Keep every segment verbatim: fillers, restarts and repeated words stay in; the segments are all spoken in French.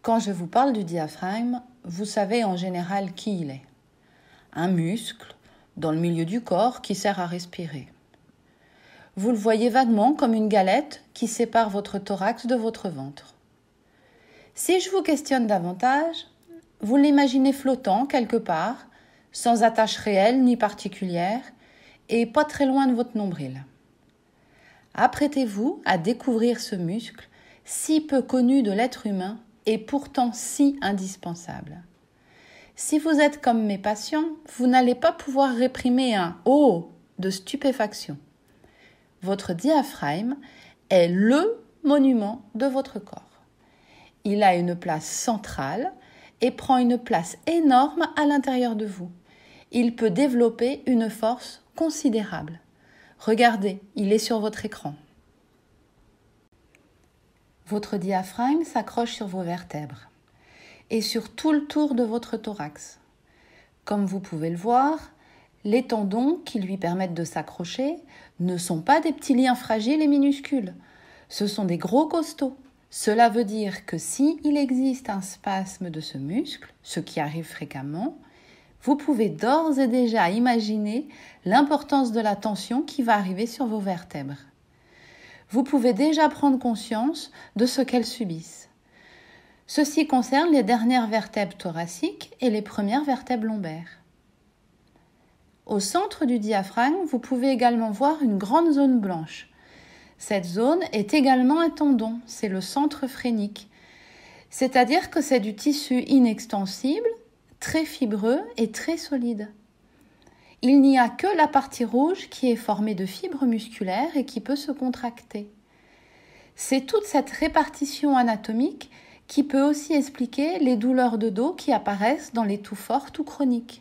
Quand je vous parle du diaphragme, vous savez en général qui il est. Un muscle dans le milieu du corps qui sert à respirer. Vous le voyez vaguement comme une galette qui sépare votre thorax de votre ventre. Si je vous questionne davantage, vous l'imaginez flottant quelque part, sans attache réelle ni particulière, et pas très loin de votre nombril. Apprêtez-vous à découvrir ce muscle, si peu connu de l'être humain et pourtant si indispensable. Si vous êtes comme mes patients, vous n'allez pas pouvoir réprimer un « oh » de stupéfaction. Votre diaphragme est le monument de votre corps. Il a une place centrale et prend une place énorme à l'intérieur de vous. Il peut développer une force considérable. Regardez, il est sur votre écran. Votre diaphragme s'accroche sur vos vertèbres et sur tout le tour de votre thorax. Comme vous pouvez le voir, les tendons qui lui permettent de s'accrocher ne sont pas des petits liens fragiles et minuscules. Ce sont des gros costauds. Cela veut dire que s'il existe un spasme de ce muscle, ce qui arrive fréquemment, vous pouvez d'ores et déjà imaginer l'importance de la tension qui va arriver sur vos vertèbres. Vous pouvez déjà prendre conscience de ce qu'elles subissent. Ceci concerne les dernières vertèbres thoraciques et les premières vertèbres lombaires. Au centre du diaphragme, vous pouvez également voir une grande zone blanche. Cette zone est également un tendon, c'est le centre phrénique. C'est-à-dire que c'est du tissu inextensible, très fibreux et très solide. Il n'y a que la partie rouge qui est formée de fibres musculaires et qui peut se contracter. C'est toute cette répartition anatomique qui peut aussi expliquer les douleurs de dos qui apparaissent dans les toux fortes ou chroniques.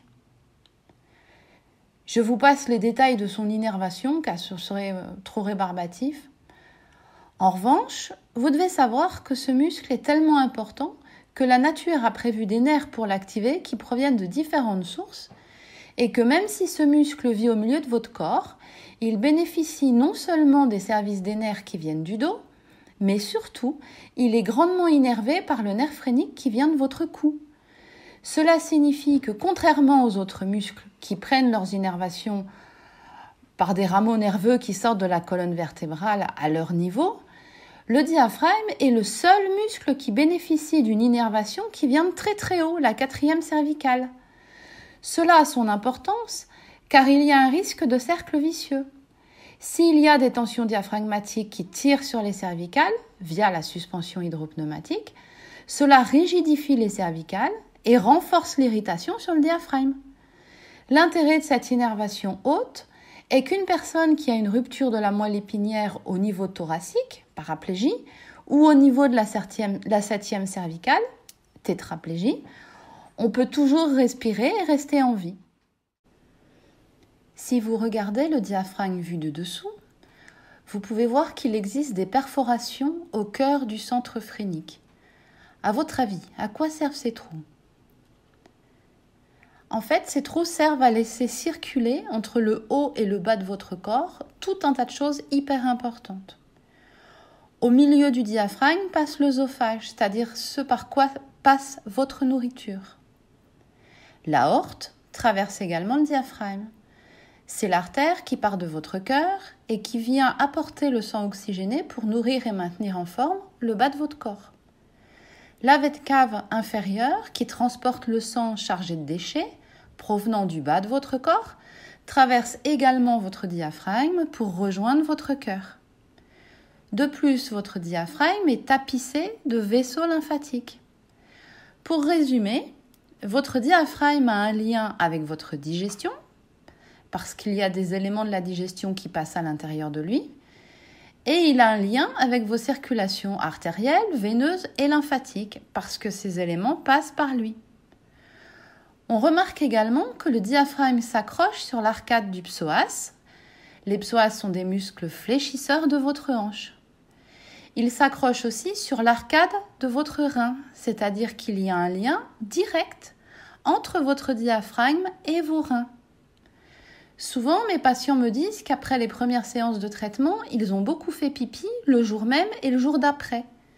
Je vous passe les détails de son innervation car ce serait trop rébarbatif. En revanche, vous devez savoir que ce muscle est tellement important que la nature a prévu des nerfs pour l'activer qui proviennent de différentes sources et que même si ce muscle vit au milieu de votre corps, il bénéficie non seulement des services des nerfs qui viennent du dos, mais surtout, il est grandement innervé par le nerf phrénique qui vient de votre cou. Cela signifie que contrairement aux autres muscles qui prennent leurs innervations par des rameaux nerveux qui sortent de la colonne vertébrale à leur niveau, le diaphragme est le seul muscle qui bénéficie d'une innervation qui vient de très très haut, la quatrième cervicale. Cela a son importance car il y a un risque de cercle vicieux. S'il y a des tensions diaphragmatiques qui tirent sur les cervicales via la suspension hydropneumatique, cela rigidifie les cervicales et renforce l'irritation sur le diaphragme. L'intérêt de cette innervation haute est qu'une personne qui a une rupture de la moelle épinière au niveau thoracique, paraplégie, ou au niveau de la septième, la septième cervicale, tétraplégie, on peut toujours respirer et rester en vie. Si vous regardez le diaphragme vu de dessous, vous pouvez voir qu'il existe des perforations au cœur du centre phrénique. À votre avis, à quoi servent ces trous ? En fait, ces trous servent à laisser circuler entre le haut et le bas de votre corps tout un tas de choses hyper importantes. Au milieu du diaphragme passe l'œsophage, c'est-à-dire ce par quoi passe votre nourriture. L'aorte traverse également le diaphragme. C'est l'artère qui part de votre cœur et qui vient apporter le sang oxygéné pour nourrir et maintenir en forme le bas de votre corps. La veine cave inférieure qui transporte le sang chargé de déchets provenant du bas de votre corps traverse également votre diaphragme pour rejoindre votre cœur. De plus, votre diaphragme est tapissé de vaisseaux lymphatiques. Pour résumer, votre diaphragme a un lien avec votre digestion, parce qu'il y a des éléments de la digestion qui passent à l'intérieur de lui, et il a un lien avec vos circulations artérielles, veineuses et lymphatiques, parce que ces éléments passent par lui. On remarque également que le diaphragme s'accroche sur l'arcade du psoas. Les psoas sont des muscles fléchisseurs de votre hanche. Il s'accroche aussi sur l'arcade de votre rein, c'est-à-dire qu'il y a un lien direct entre votre diaphragme et vos reins. Souvent, mes patients me disent qu'après les premières séances de traitement, ils ont beaucoup fait pipi le jour même et le jour d'après.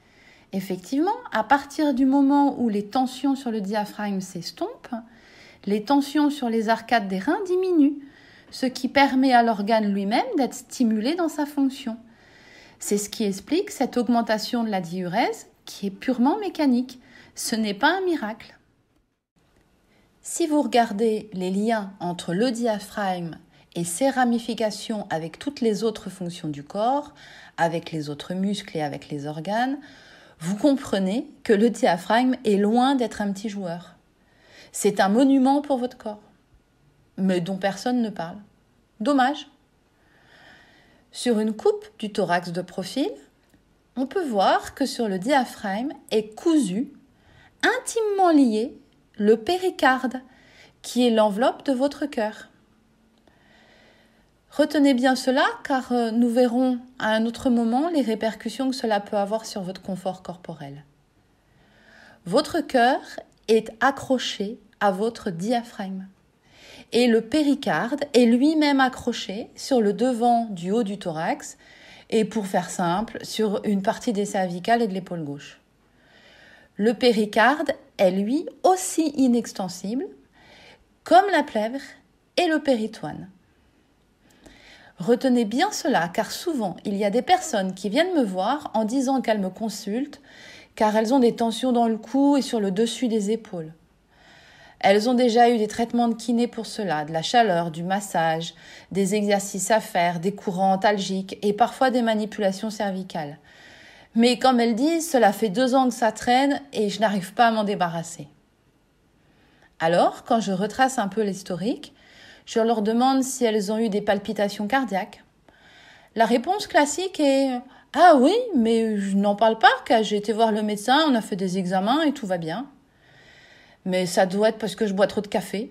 Effectivement, à partir du moment où les tensions sur le diaphragme s'estompent, les tensions sur les arcades des reins diminuent, ce qui permet à l'organe lui-même d'être stimulé dans sa fonction. C'est ce qui explique cette augmentation de la diurèse qui est purement mécanique. Ce n'est pas un miracle. Si vous regardez les liens entre le diaphragme et ses ramifications avec toutes les autres fonctions du corps, avec les autres muscles et avec les organes, vous comprenez que le diaphragme est loin d'être un petit joueur. C'est un monument pour votre corps, mais dont personne ne parle. Dommage. Sur une coupe du thorax de profil, on peut voir que sur le diaphragme est cousu, intimement lié, le péricarde, qui est l'enveloppe de votre cœur. Retenez bien cela, car nous verrons à un autre moment les répercussions que cela peut avoir sur votre confort corporel. Votre cœur est accroché à votre diaphragme. Et le péricarde est lui-même accroché sur le devant du haut du thorax et, pour faire simple, sur une partie des cervicales et de l'épaule gauche. Le péricarde est lui aussi inextensible, comme la plèvre et le péritoine. Retenez bien cela, car souvent, il y a des personnes qui viennent me voir en disant qu'elles me consultent, car elles ont des tensions dans le cou et sur le dessus des épaules. Elles ont déjà eu des traitements de kiné pour cela, de la chaleur, du massage, des exercices à faire, des courants antalgiques et parfois des manipulations cervicales. Mais comme elles disent, cela fait deux ans que ça traîne et je n'arrive pas à m'en débarrasser. Alors, quand je retrace un peu l'historique, je leur demande si elles ont eu des palpitations cardiaques. La réponse classique est « Ah oui, mais je n'en parle pas, car j'ai été voir le médecin, on a fait des examens et tout va bien. » Mais ça doit être parce que je bois trop de café.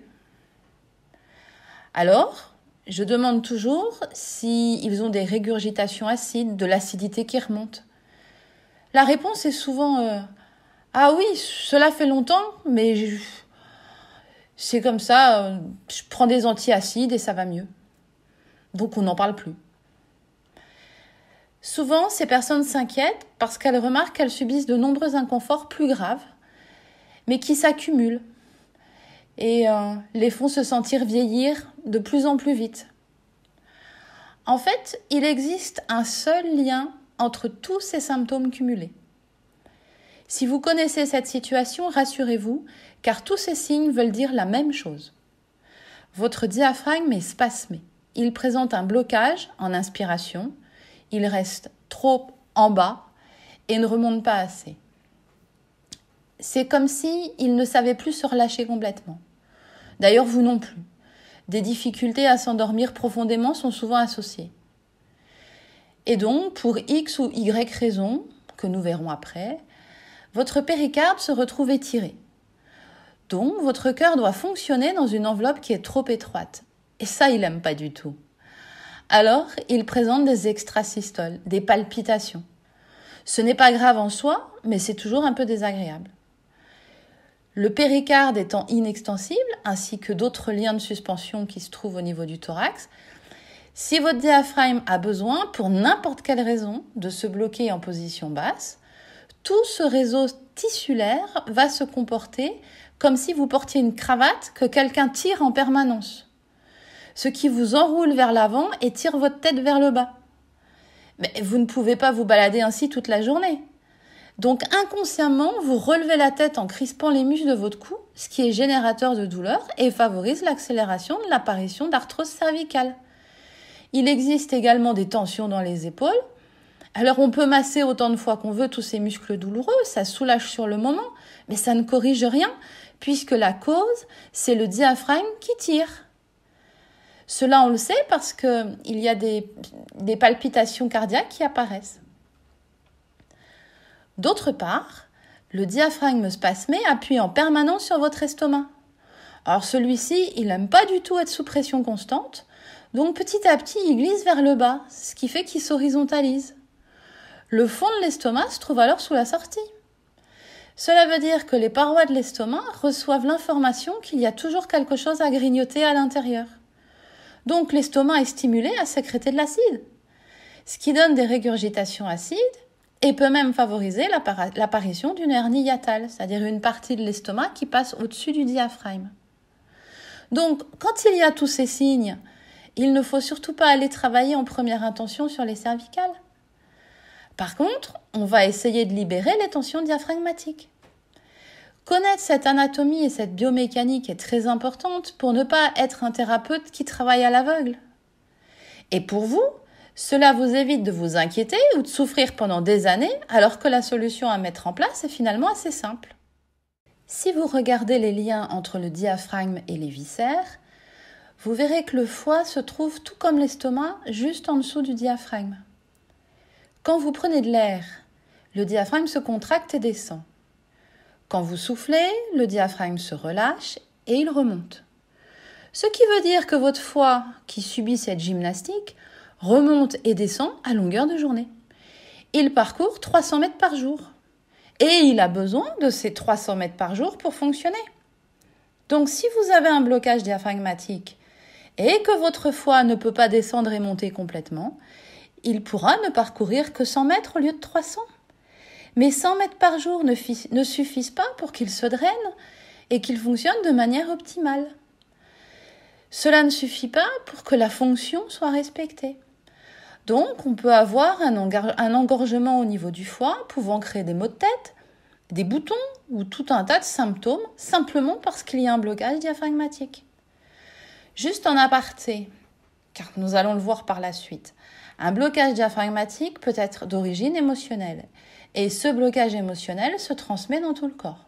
Alors, je demande toujours s'ils ont des régurgitations acides, de l'acidité qui remonte. La réponse est souvent euh, « Ah oui, cela fait longtemps, mais je... c'est comme ça, euh, je prends des antiacides et ça va mieux. » Donc on n'en parle plus. Souvent, ces personnes s'inquiètent parce qu'elles remarquent qu'elles subissent de nombreux inconforts plus graves, mais qui s'accumulent et euh, les font se sentir vieillir de plus en plus vite. En fait, il existe un seul lien entre tous ces symptômes cumulés. Si vous connaissez cette situation, rassurez-vous, car tous ces signes veulent dire la même chose. Votre diaphragme est spasmé. Il présente un blocage en inspiration, il reste trop en bas et ne remonte pas assez. C'est comme si il ne savait plus se relâcher complètement. D'ailleurs, vous non plus. Des difficultés à s'endormir profondément sont souvent associées. Et donc, pour X ou Y raison, que nous verrons après, votre péricarde se retrouve étiré. Donc, votre cœur doit fonctionner dans une enveloppe qui est trop étroite. Et ça, il n'aime pas du tout. Alors, il présente des extrasystoles, des palpitations. Ce n'est pas grave en soi, mais c'est toujours un peu désagréable. Le péricarde étant inextensible, ainsi que d'autres liens de suspension qui se trouvent au niveau du thorax, si votre diaphragme a besoin, pour n'importe quelle raison, de se bloquer en position basse, tout ce réseau tissulaire va se comporter comme si vous portiez une cravate que quelqu'un tire en permanence, ce qui vous enroule vers l'avant et tire votre tête vers le bas. Mais vous ne pouvez pas vous balader ainsi toute la journée. Donc inconsciemment, vous relevez la tête en crispant les muscles de votre cou, ce qui est générateur de douleur et favorise l'accélération de l'apparition d'arthrose cervicale. Il existe également des tensions dans les épaules. Alors on peut masser autant de fois qu'on veut tous ces muscles douloureux, ça soulage sur le moment, mais ça ne corrige rien, puisque la cause, c'est le diaphragme qui tire. Cela, on le sait parce qu'il y a des, des palpitations cardiaques qui apparaissent. D'autre part, le diaphragme spasmé appuie en permanence sur votre estomac. Alors celui-ci, il n'aime pas du tout être sous pression constante, donc petit à petit, il glisse vers le bas, ce qui fait qu'il s'horizontalise. Le fond de l'estomac se trouve alors sous la sortie. Cela veut dire que les parois de l'estomac reçoivent l'information qu'il y a toujours quelque chose à grignoter à l'intérieur. Donc l'estomac est stimulé à sécréter de l'acide, ce qui donne des régurgitations acides et peut même favoriser l'apparition d'une hernie hiatale, c'est-à-dire une partie de l'estomac qui passe au-dessus du diaphragme. Donc, quand il y a tous ces signes, il ne faut surtout pas aller travailler en première intention sur les cervicales. Par contre, on va essayer de libérer les tensions diaphragmatiques. Connaître cette anatomie et cette biomécanique est très importante pour ne pas être un thérapeute qui travaille à l'aveugle. Et pour vous, cela vous évite de vous inquiéter ou de souffrir pendant des années alors que la solution à mettre en place est finalement assez simple. Si vous regardez les liens entre le diaphragme et les viscères, vous verrez que le foie se trouve tout comme l'estomac juste en dessous du diaphragme. Quand vous prenez de l'air, le diaphragme se contracte et descend. Quand vous soufflez, le diaphragme se relâche et il remonte. Ce qui veut dire que votre foie, qui subit cette gymnastique, remonte et descend à longueur de journée. Il parcourt trois cents mètres par jour. Et il a besoin de ces trois cents mètres par jour pour fonctionner. Donc si vous avez un blocage diaphragmatique et que votre foie ne peut pas descendre et monter complètement, il pourra ne parcourir que cent mètres au lieu de trois cents. Mais cent mètres par jour ne, ne suffisent pas pour qu'il se draine et qu'il fonctionne de manière optimale. Cela ne suffit pas pour que la fonction soit respectée. Donc, on peut avoir un, un engorgement au niveau du foie, pouvant créer des maux de tête, des boutons ou tout un tas de symptômes, simplement parce qu'il y a un blocage diaphragmatique. Juste en aparté, car nous allons le voir par la suite, un blocage diaphragmatique peut être d'origine émotionnelle, et ce blocage émotionnel se transmet dans tout le corps.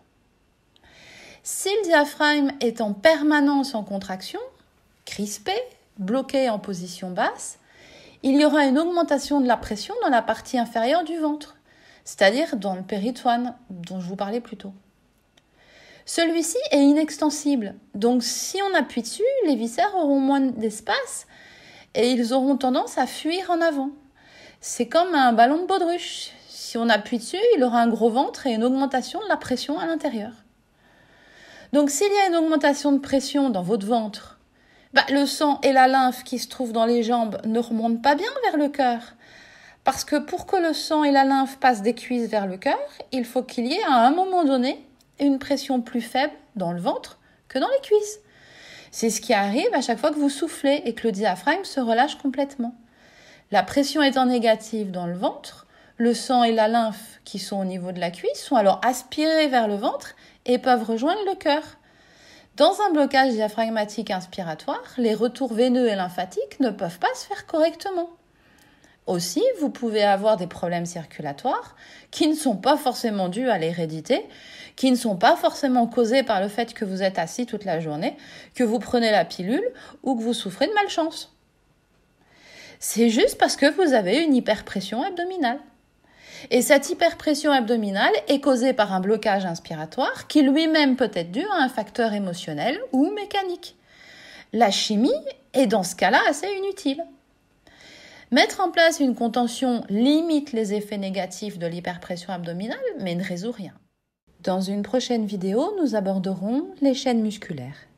Si le diaphragme est en permanence en contraction, crispé, bloqué en position basse, il y aura une augmentation de la pression dans la partie inférieure du ventre, c'est-à-dire dans le péritoine dont je vous parlais plus tôt. Celui-ci est inextensible, donc si on appuie dessus, les viscères auront moins d'espace et ils auront tendance à fuir en avant. C'est comme un ballon de baudruche. Si on appuie dessus, il aura un gros ventre et une augmentation de la pression à l'intérieur. Donc s'il y a une augmentation de pression dans votre ventre, bah, le sang et la lymphe qui se trouvent dans les jambes ne remontent pas bien vers le cœur. Parce que pour que le sang et la lymphe passent des cuisses vers le cœur, il faut qu'il y ait à un moment donné une pression plus faible dans le ventre que dans les cuisses. C'est ce qui arrive à chaque fois que vous soufflez et que le diaphragme se relâche complètement. La pression étant négative dans le ventre, le sang et la lymphe qui sont au niveau de la cuisse sont alors aspirés vers le ventre et peuvent rejoindre le cœur. Dans un blocage diaphragmatique inspiratoire, les retours veineux et lymphatiques ne peuvent pas se faire correctement. Aussi, vous pouvez avoir des problèmes circulatoires qui ne sont pas forcément dus à l'hérédité, qui ne sont pas forcément causés par le fait que vous êtes assis toute la journée, que vous prenez la pilule ou que vous souffrez de malchance. C'est juste parce que vous avez une hyperpression abdominale. Et cette hyperpression abdominale est causée par un blocage inspiratoire qui lui-même peut être dû à un facteur émotionnel ou mécanique. La chimie est dans ce cas-là assez inutile. Mettre en place une contention limite les effets négatifs de l'hyperpression abdominale, mais ne résout rien. Dans une prochaine vidéo, nous aborderons les chaînes musculaires.